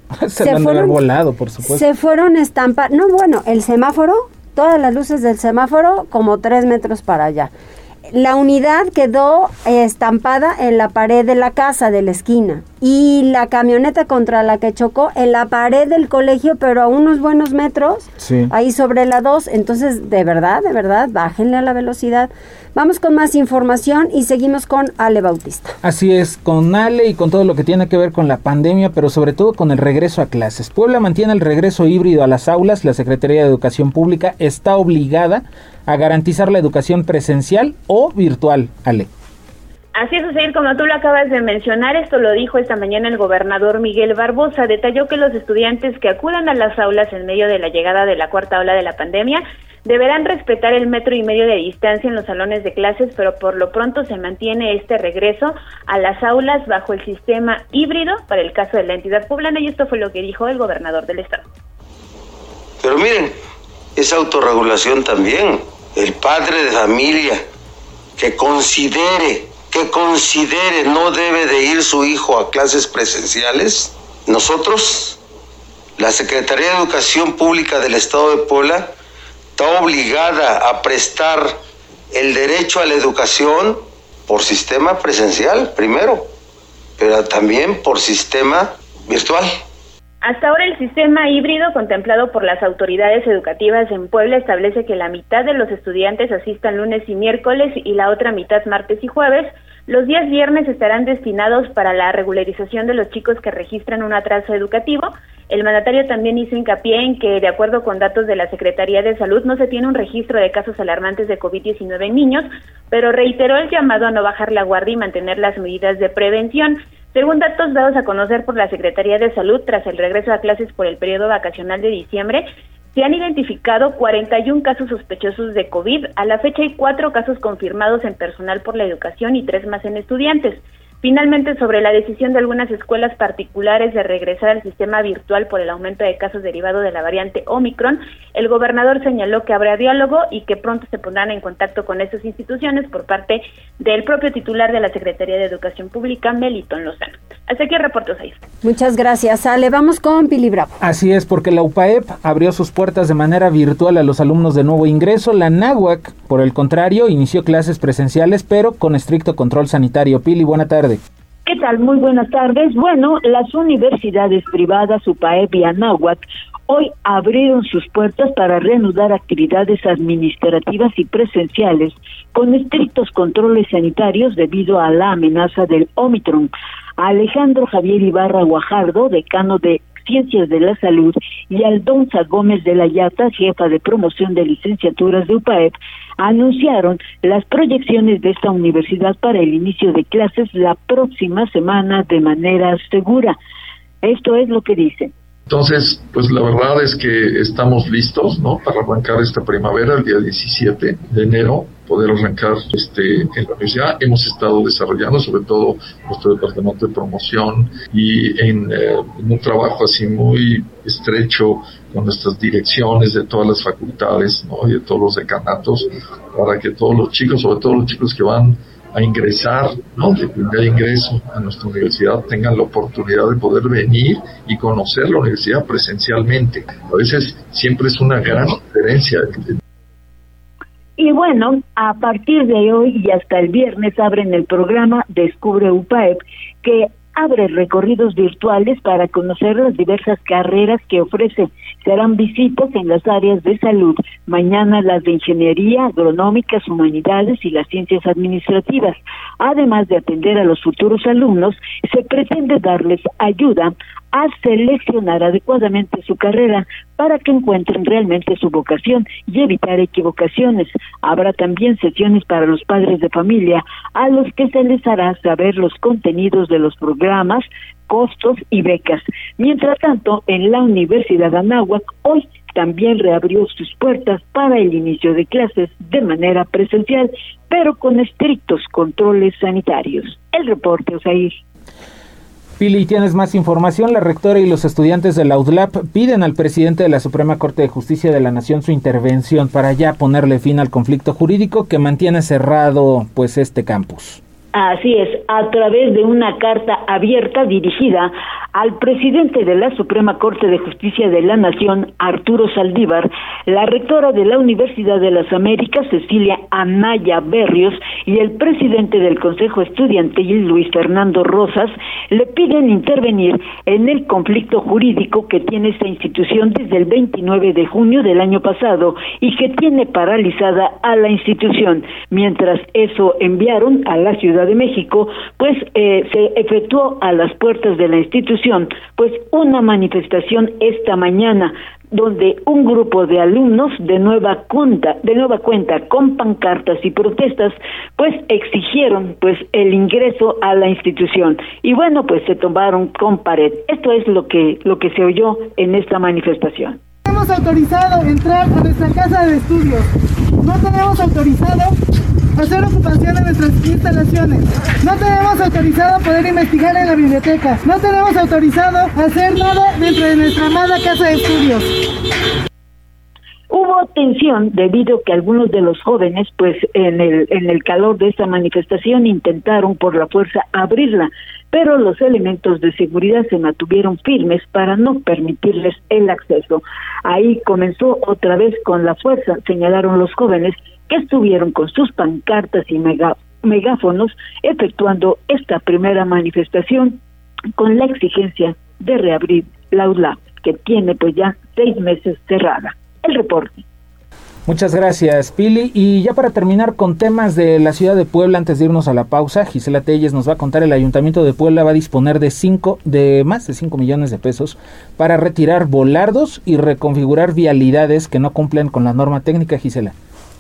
Se fueron volado, por supuesto. Se fueron estampar. No, bueno, el semáforo, todas las luces del semáforo como 3 metros para allá. La unidad quedó estampada en la pared de la casa de la esquina, y la camioneta contra la que chocó en la pared del colegio, pero a unos buenos metros, ahí sobre la 2. Entonces, de verdad, bájenle a la velocidad. Vamos con más información y seguimos con Ale Bautista. Así es, con Ale y con todo lo que tiene que ver con la pandemia, pero sobre todo con el regreso a clases. Puebla mantiene el regreso híbrido a las aulas. La Secretaría de Educación Pública está obligada a garantizar la educación presencial o virtual, Ale. Así es, Osair, como tú lo acabas de mencionar, esto lo dijo esta mañana el gobernador Miguel Barbosa. Detalló que los estudiantes que acudan a las aulas en medio de la llegada de la cuarta ola de la pandemia deberán respetar el 1.5 metros de distancia en los salones de clases, pero por lo pronto se mantiene este regreso a las aulas bajo el sistema híbrido para el caso de la entidad poblana, y esto fue lo que dijo el gobernador del estado. Pero miren, esa autorregulación también, el padre de familia que considere no debe de ir su hijo a clases presenciales. Nosotros, la Secretaría de Educación Pública del Estado de Puebla, está obligada a prestar el derecho a la educación por sistema presencial primero, pero también por sistema virtual. Hasta ahora el sistema híbrido contemplado por las autoridades educativas en Puebla establece que la mitad de los estudiantes asistan lunes y miércoles y la otra mitad martes y jueves. Los días viernes estarán destinados para la regularización de los chicos que registran un atraso educativo. El mandatario también hizo hincapié en que, de acuerdo con datos de la Secretaría de Salud, no se tiene un registro de casos alarmantes de COVID-19 en niños, pero reiteró el llamado a no bajar la guardia y mantener las medidas de prevención. Según datos dados a conocer por la Secretaría de Salud tras el regreso a clases por el periodo vacacional de diciembre, Se han identificado 41 casos sospechosos de COVID. A la fecha hay 4 casos confirmados en personal por la educación y 3 más en estudiantes. Finalmente, sobre la decisión de algunas escuelas particulares de regresar al sistema virtual por el aumento de casos derivado de la variante Omicron, el gobernador señaló que habrá diálogo y que pronto se pondrán en contacto con esas instituciones por parte del propio titular de la Secretaría de Educación Pública, Melitón Lozano. Hasta aquí el reporte, Osair. Muchas gracias, Ale. Vamos con Pili Bravo. Así es, porque la UPAEP abrió sus puertas de manera virtual a los alumnos de nuevo ingreso. La NAHUAC, por el contrario, inició clases presenciales, pero con estricto control sanitario. Pili, buena tarde. ¿Qué tal? Muy buenas tardes. Bueno, las universidades privadas UPAEP y ANAHUAC hoy abrieron sus puertas para reanudar actividades administrativas y presenciales con estrictos controles sanitarios debido a la amenaza del Omicron. Alejandro Javier Ibarra Guajardo, decano de Ciencias de la Salud, y Aldonza Gómez de la Llata, jefa de promoción de licenciaturas de UPAEP, anunciaron las proyecciones de esta universidad para el inicio de clases la próxima semana de manera segura. Esto es lo que dicen. Entonces, pues la verdad es que estamos listos, ¿no?, para arrancar esta primavera, el día 17 de enero, poder arrancar en la universidad. Hemos estado desarrollando, sobre todo nuestro departamento de promoción, y en un trabajo así muy estrecho con nuestras direcciones de todas las facultades, ¿no?, y de todos los decanatos, para que todos los chicos, sobre todo los chicos que van a ingresar, ¿no?, de primer ingreso a nuestra universidad, tengan la oportunidad de poder venir y conocer la universidad presencialmente. A veces siempre es una gran diferencia. Y bueno, a partir de hoy y hasta el viernes abren el programa Descubre UPAEP, que abre recorridos virtuales para conocer las diversas carreras que ofrece. Serán visitas en las áreas de salud, mañana las de ingeniería, agronómicas, humanidades y las ciencias administrativas. Además de atender a los futuros alumnos, se pretende darles ayuda a seleccionar adecuadamente su carrera para que encuentren realmente su vocación y evitar equivocaciones. Habrá también sesiones para los padres de familia, a los que se les hará saber los contenidos de los programas, costos y becas. Mientras tanto, en la Universidad Anáhuac hoy también reabrió sus puertas para el inicio de clases de manera presencial, pero con estrictos controles sanitarios. El reporte, Osair. Pili, ¿tienes más información? La rectora y los estudiantes de la UDLAP piden al presidente de la Suprema Corte de Justicia de la Nación su intervención para ya ponerle fin al conflicto jurídico que mantiene cerrado pues este campus. Así es, a través de una carta abierta dirigida al presidente de la Suprema Corte de Justicia de la Nación, Arturo Saldívar, la rectora de la Universidad de las Américas, Cecilia Anaya Berrios, y el presidente del Consejo Estudiantil, Luis Fernando Rosas, le piden intervenir en el conflicto jurídico que tiene esta institución desde el 29 de junio del año pasado y que tiene paralizada a la institución. Mientras eso enviaron a la Ciudad de México, pues se efectuó a las puertas de la institución pues una manifestación esta mañana donde un grupo de alumnos de nueva cuenta con pancartas y protestas pues exigieron pues el ingreso a la institución y bueno, pues se tomaron con pared. Esto es lo que se oyó en esta manifestación. No tenemos autorizado entrar a nuestra casa de estudios, no tenemos autorizado hacer ocupación en nuestras instalaciones, no tenemos autorizado poder investigar en la biblioteca, no tenemos autorizado hacer nada dentro de nuestra amada casa de estudios. Hubo tensión debido a que algunos de los jóvenes, pues en el calor de esta manifestación intentaron por la fuerza abrirla, pero los elementos de seguridad se mantuvieron firmes para no permitirles el acceso. Ahí comenzó otra vez con la fuerza, señalaron los jóvenes que estuvieron con sus pancartas y megáfonos efectuando esta primera manifestación con la exigencia de reabrir la UDLAP, que tiene pues ya 6 meses cerrada. El reporte. Muchas gracias, Pili. Y ya para terminar con temas de la ciudad de Puebla, antes de irnos a la pausa, Gisela Telles nos va a contar: el Ayuntamiento de Puebla va a disponer de más de 5 millones de pesos para retirar volardos y reconfigurar vialidades que no cumplen con la norma técnica. Gisela.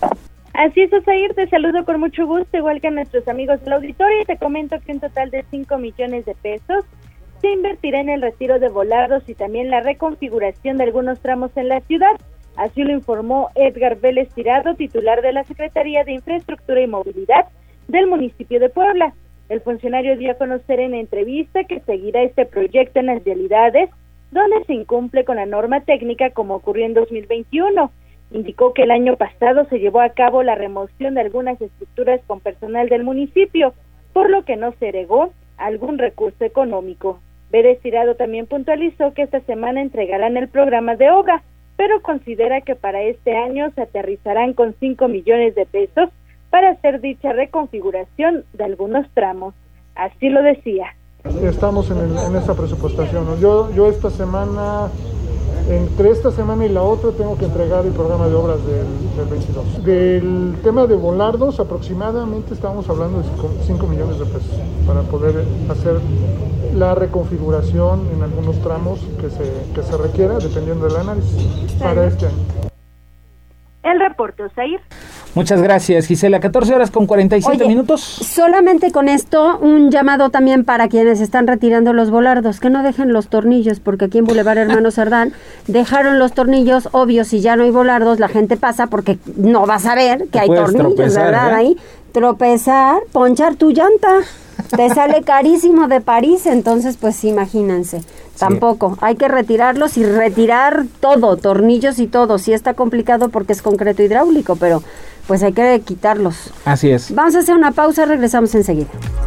Así es, Osair, te saludo con mucho gusto, igual que a nuestros amigos del auditorio, y te comento que un total de 5 millones de pesos se invertirá en el retiro de volardos y también la reconfiguración de algunos tramos en la ciudad. Así lo informó Edgar Vélez Tirado, titular de la Secretaría de Infraestructura y Movilidad del municipio de Puebla. El funcionario dio a conocer en entrevista que seguirá este proyecto en las vialidades donde se incumple con la norma técnica, como ocurrió en 2021. Indicó que el año pasado se llevó a cabo la remoción de algunas estructuras con personal del municipio, por lo que no se agregó algún recurso económico. Vélez Tirado también puntualizó que esta semana entregarán el programa de obra, pero considera que para este año se aterrizarán con 5 millones de pesos para hacer dicha reconfiguración de algunos tramos. Así lo decía. Estamos en esta presupuestación, ¿no? Yo esta semana, entre esta semana y la otra, tengo que entregar el programa de obras del 22. Del tema de volardos, aproximadamente estamos hablando de 5 millones de pesos para poder hacer la reconfiguración en algunos tramos que se requiera, dependiendo del análisis, para este año. El reporte, Osair. Muchas gracias, Gisela. 14:47 minutos. Solamente con esto, un llamado también para quienes están retirando los volardos, que no dejen los tornillos, porque aquí en Boulevard Hermano Cerdán dejaron los tornillos, obvio, si ya no hay volardos, la gente pasa porque no va a saber que hay tornillos, ¿verdad? Ahí, tropezar, ponchar tu llanta, te sale carísimo de París, entonces pues imagínense. Tampoco, hay que retirarlos y retirar todo, tornillos y todo. Sí está complicado porque es concreto hidráulico, pero pues hay que quitarlos. Así es. Vamos a hacer una pausa, regresamos enseguida.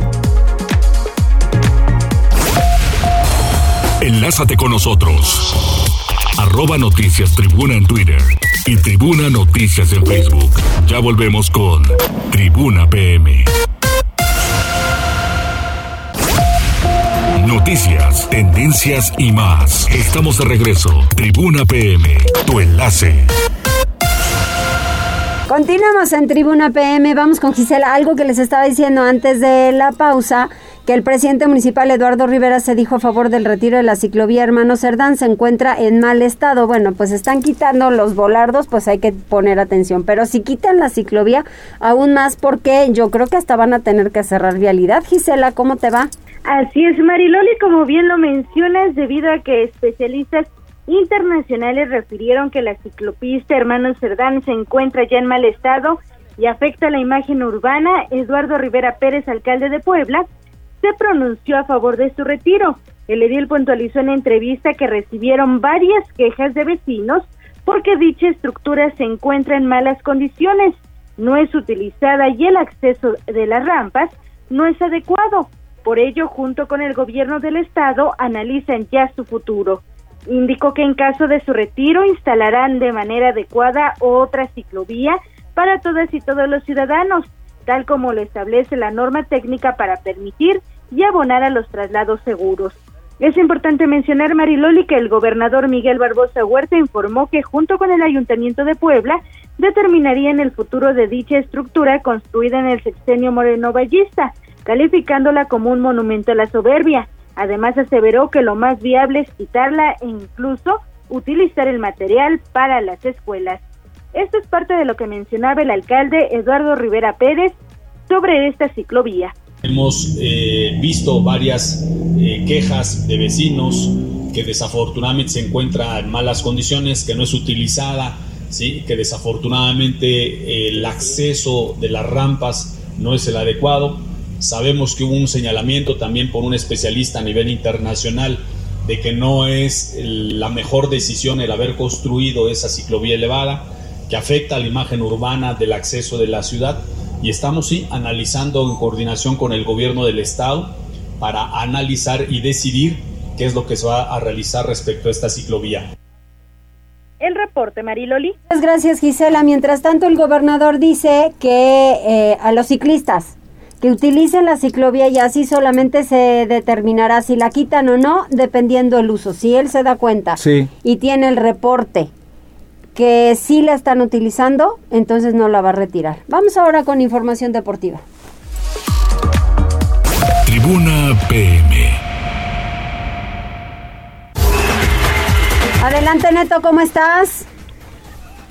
Enlázate con nosotros. @Noticias Tribuna en Twitter y Tribuna Noticias en Facebook. Ya volvemos con Tribuna PM. Noticias, tendencias y más. Estamos de regreso. Tribuna PM, tu enlace. Continuamos en Tribuna PM, vamos con Gisela. Algo que les estaba diciendo antes de la pausa, que el presidente municipal Eduardo Rivera se dijo a favor del retiro de la ciclovía Hermano Cerdán, se encuentra en mal estado. Bueno, pues están quitando los volardos, pues hay que poner atención, pero si quitan la ciclovía, aún más, porque yo creo que hasta van a tener que cerrar vialidad. Gisela, ¿cómo te va? Así es, Mariloli, como bien lo mencionas, debido a que especialistas internacionales refirieron que la ciclopista Hermano Cerdán se encuentra ya en mal estado y afecta la imagen urbana, Eduardo Rivera Pérez, alcalde de Puebla, se pronunció a favor de su retiro. El edil puntualizó en entrevista que recibieron varias quejas de vecinos porque dicha estructura se encuentra en malas condiciones, no es utilizada y el acceso de las rampas no es adecuado. Por ello, junto con el gobierno del estado, analizan ya su futuro. Indicó que en caso de su retiro instalarán de manera adecuada otra ciclovía para todas y todos los ciudadanos, tal como lo establece la norma técnica para permitir y abonar a los traslados seguros. Es importante mencionar, Mariloli, que el gobernador Miguel Barbosa Huerta informó que junto con el Ayuntamiento de Puebla determinarían el futuro de dicha estructura construida en el sexenio morenovallista, calificándola como un monumento a la soberbia. Además, aseveró que lo más viable es quitarla e incluso utilizar el material para las escuelas. Esto es parte de lo que mencionaba el alcalde Eduardo Rivera Pérez sobre esta ciclovía. Hemos visto varias quejas de vecinos que desafortunadamente se encuentra en malas condiciones, que no es utilizada, ¿sí? Que desafortunadamente el acceso de las rampas no es el adecuado. Sabemos que hubo un señalamiento también por un especialista a nivel internacional de que no es la mejor decisión el haber construido esa ciclovía elevada, que afecta a la imagen urbana del acceso de la ciudad, y estamos analizando en coordinación con el gobierno del estado para analizar y decidir qué es lo que se va a realizar respecto a esta ciclovía. El reporte, Mariloli. Muchas gracias, Gisela. Mientras tanto, el gobernador dice que a los ciclistas que utilicen la ciclovía y así solamente se determinará si la quitan o no, dependiendo el uso. Si él se da cuenta y tiene el reporte que sí la están utilizando, entonces no la va a retirar. Vamos ahora con información deportiva. Tribuna PM. Adelante, Neto, ¿cómo estás?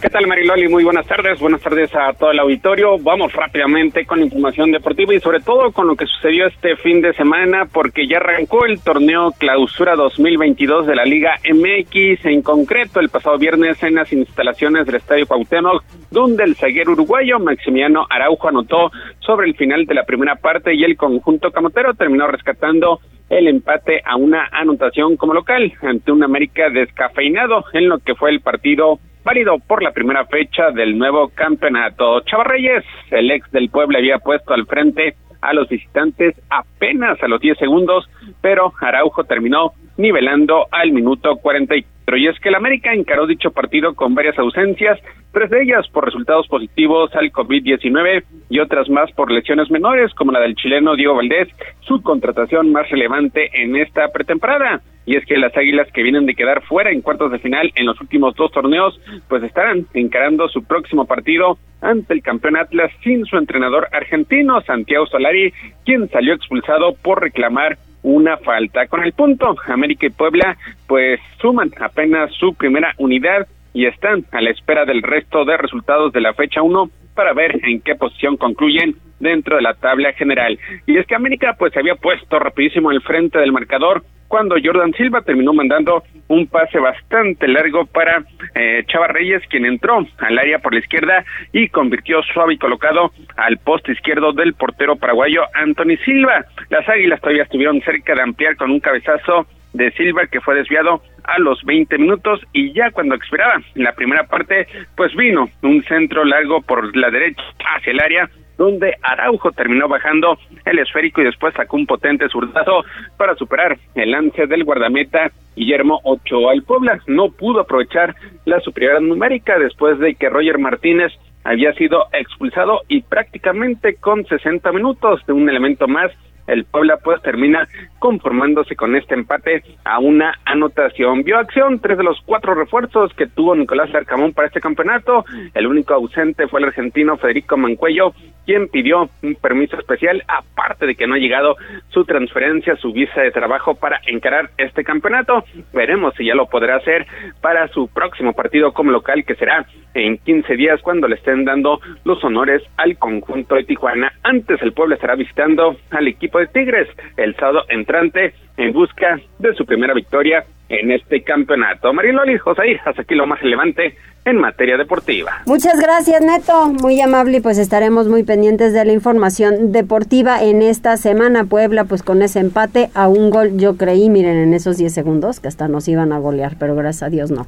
¿Qué tal, Mariloli? Muy buenas tardes a todo el auditorio. Vamos rápidamente con la información deportiva y sobre todo con lo que sucedió este fin de semana, porque ya arrancó el torneo Clausura 2022 de la Liga MX, en concreto el pasado viernes en las instalaciones del Estadio Cuauhtémoc, donde el zaguero uruguayo Maximiliano Araujo anotó sobre el final de la primera parte y el conjunto camotero terminó rescatando el empate a una anotación como local ante un América descafeinado en lo que fue el partido válido por la primera fecha del nuevo campeonato. Chava Reyes, el ex del Puebla, había puesto al frente a los visitantes apenas a los 10 segundos, pero Araujo terminó nivelando al minuto 44. Y es que el América encaró dicho partido con varias ausencias, 3 de ellas por resultados positivos al COVID-19 y otras más por lesiones menores, como la del chileno Diego Valdés, su contratación más relevante en esta pretemporada. Y es que las Águilas, que vienen de quedar fuera en cuartos de final en los últimos 2 torneos, pues estarán encarando su próximo partido ante el campeón Atlas sin su entrenador argentino, Santiago Solari, quien salió expulsado por reclamar una falta. Con el punto, América y Puebla pues suman apenas su primera unidad y están a la espera del resto de resultados de la fecha 1 para ver en qué posición concluyen dentro de la tabla general. Y es que América pues se había puesto rapidísimo al frente del marcador cuando Jordan Silva terminó mandando un pase bastante largo para Chava Reyes, quien entró al área por la izquierda y convirtió suave y colocado al poste izquierdo del portero paraguayo Anthony Silva. Las Águilas todavía estuvieron cerca de ampliar con un cabezazo de Silva que fue desviado a los 20 minutos y ya cuando expiraba la primera parte, pues vino un centro largo por la derecha hacia el área, donde Araujo terminó bajando el esférico y después sacó un potente zurdazo para superar el lance del guardameta Guillermo Ochoa. El Puebla no pudo aprovechar la superioridad numérica después de que Roger Martínez había sido expulsado y prácticamente con 60 minutos de un elemento más, el Puebla pues termina conformándose con este empate a una anotación. Vio acción 3 de los 4 refuerzos que tuvo Nicolás Larcamón para este campeonato. El único ausente fue el argentino Federico Mancuello, quien pidió un permiso especial, aparte de que no ha llegado su transferencia, su visa de trabajo para encarar este campeonato. Veremos si ya lo podrá hacer para su próximo partido como local, que será en 15 días cuando le estén dando los honores al conjunto de Tijuana. Antes el Puebla estará visitando al equipo de Tigres el sábado entrante en busca de su primera victoria en este campeonato. Mariloli, Josair, hasta aquí lo más relevante en materia deportiva. Muchas gracias, Neto, muy amable, y pues estaremos muy pendientes de la información deportiva en esta semana. Puebla pues con ese empate a un gol, yo creí, miren, en esos 10 segundos que hasta nos iban a golear, pero gracias a Dios no.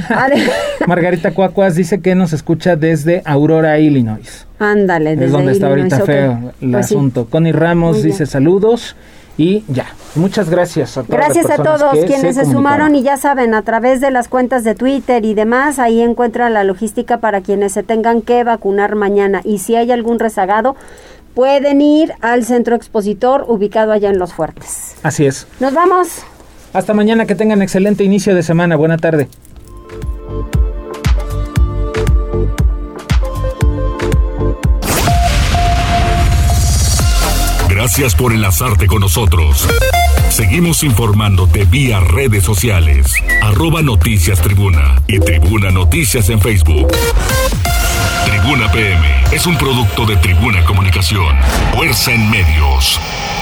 Margarita Cuacuas dice que nos escucha desde Aurora, Illinois. Ándale, desde es donde está Illinois, ahorita okay. Feo el pues asunto. Sí. Connie Ramos dice saludos. Y ya, muchas gracias a todas Gracias las a todos quienes se sumaron, y ya saben, a través de las cuentas de Twitter y demás, ahí encuentran la logística para quienes se tengan que vacunar mañana. Y si hay algún rezagado, pueden ir al centro expositor ubicado allá en Los Fuertes. Así es. Nos vamos. Hasta mañana, que tengan excelente inicio de semana. Buena tarde. Gracias por enlazarte con nosotros. Seguimos informándote vía redes sociales. @Noticias Tribuna y Tribuna Noticias en Facebook. Tribuna PM es un producto de Tribuna Comunicación. Fuerza en Medios.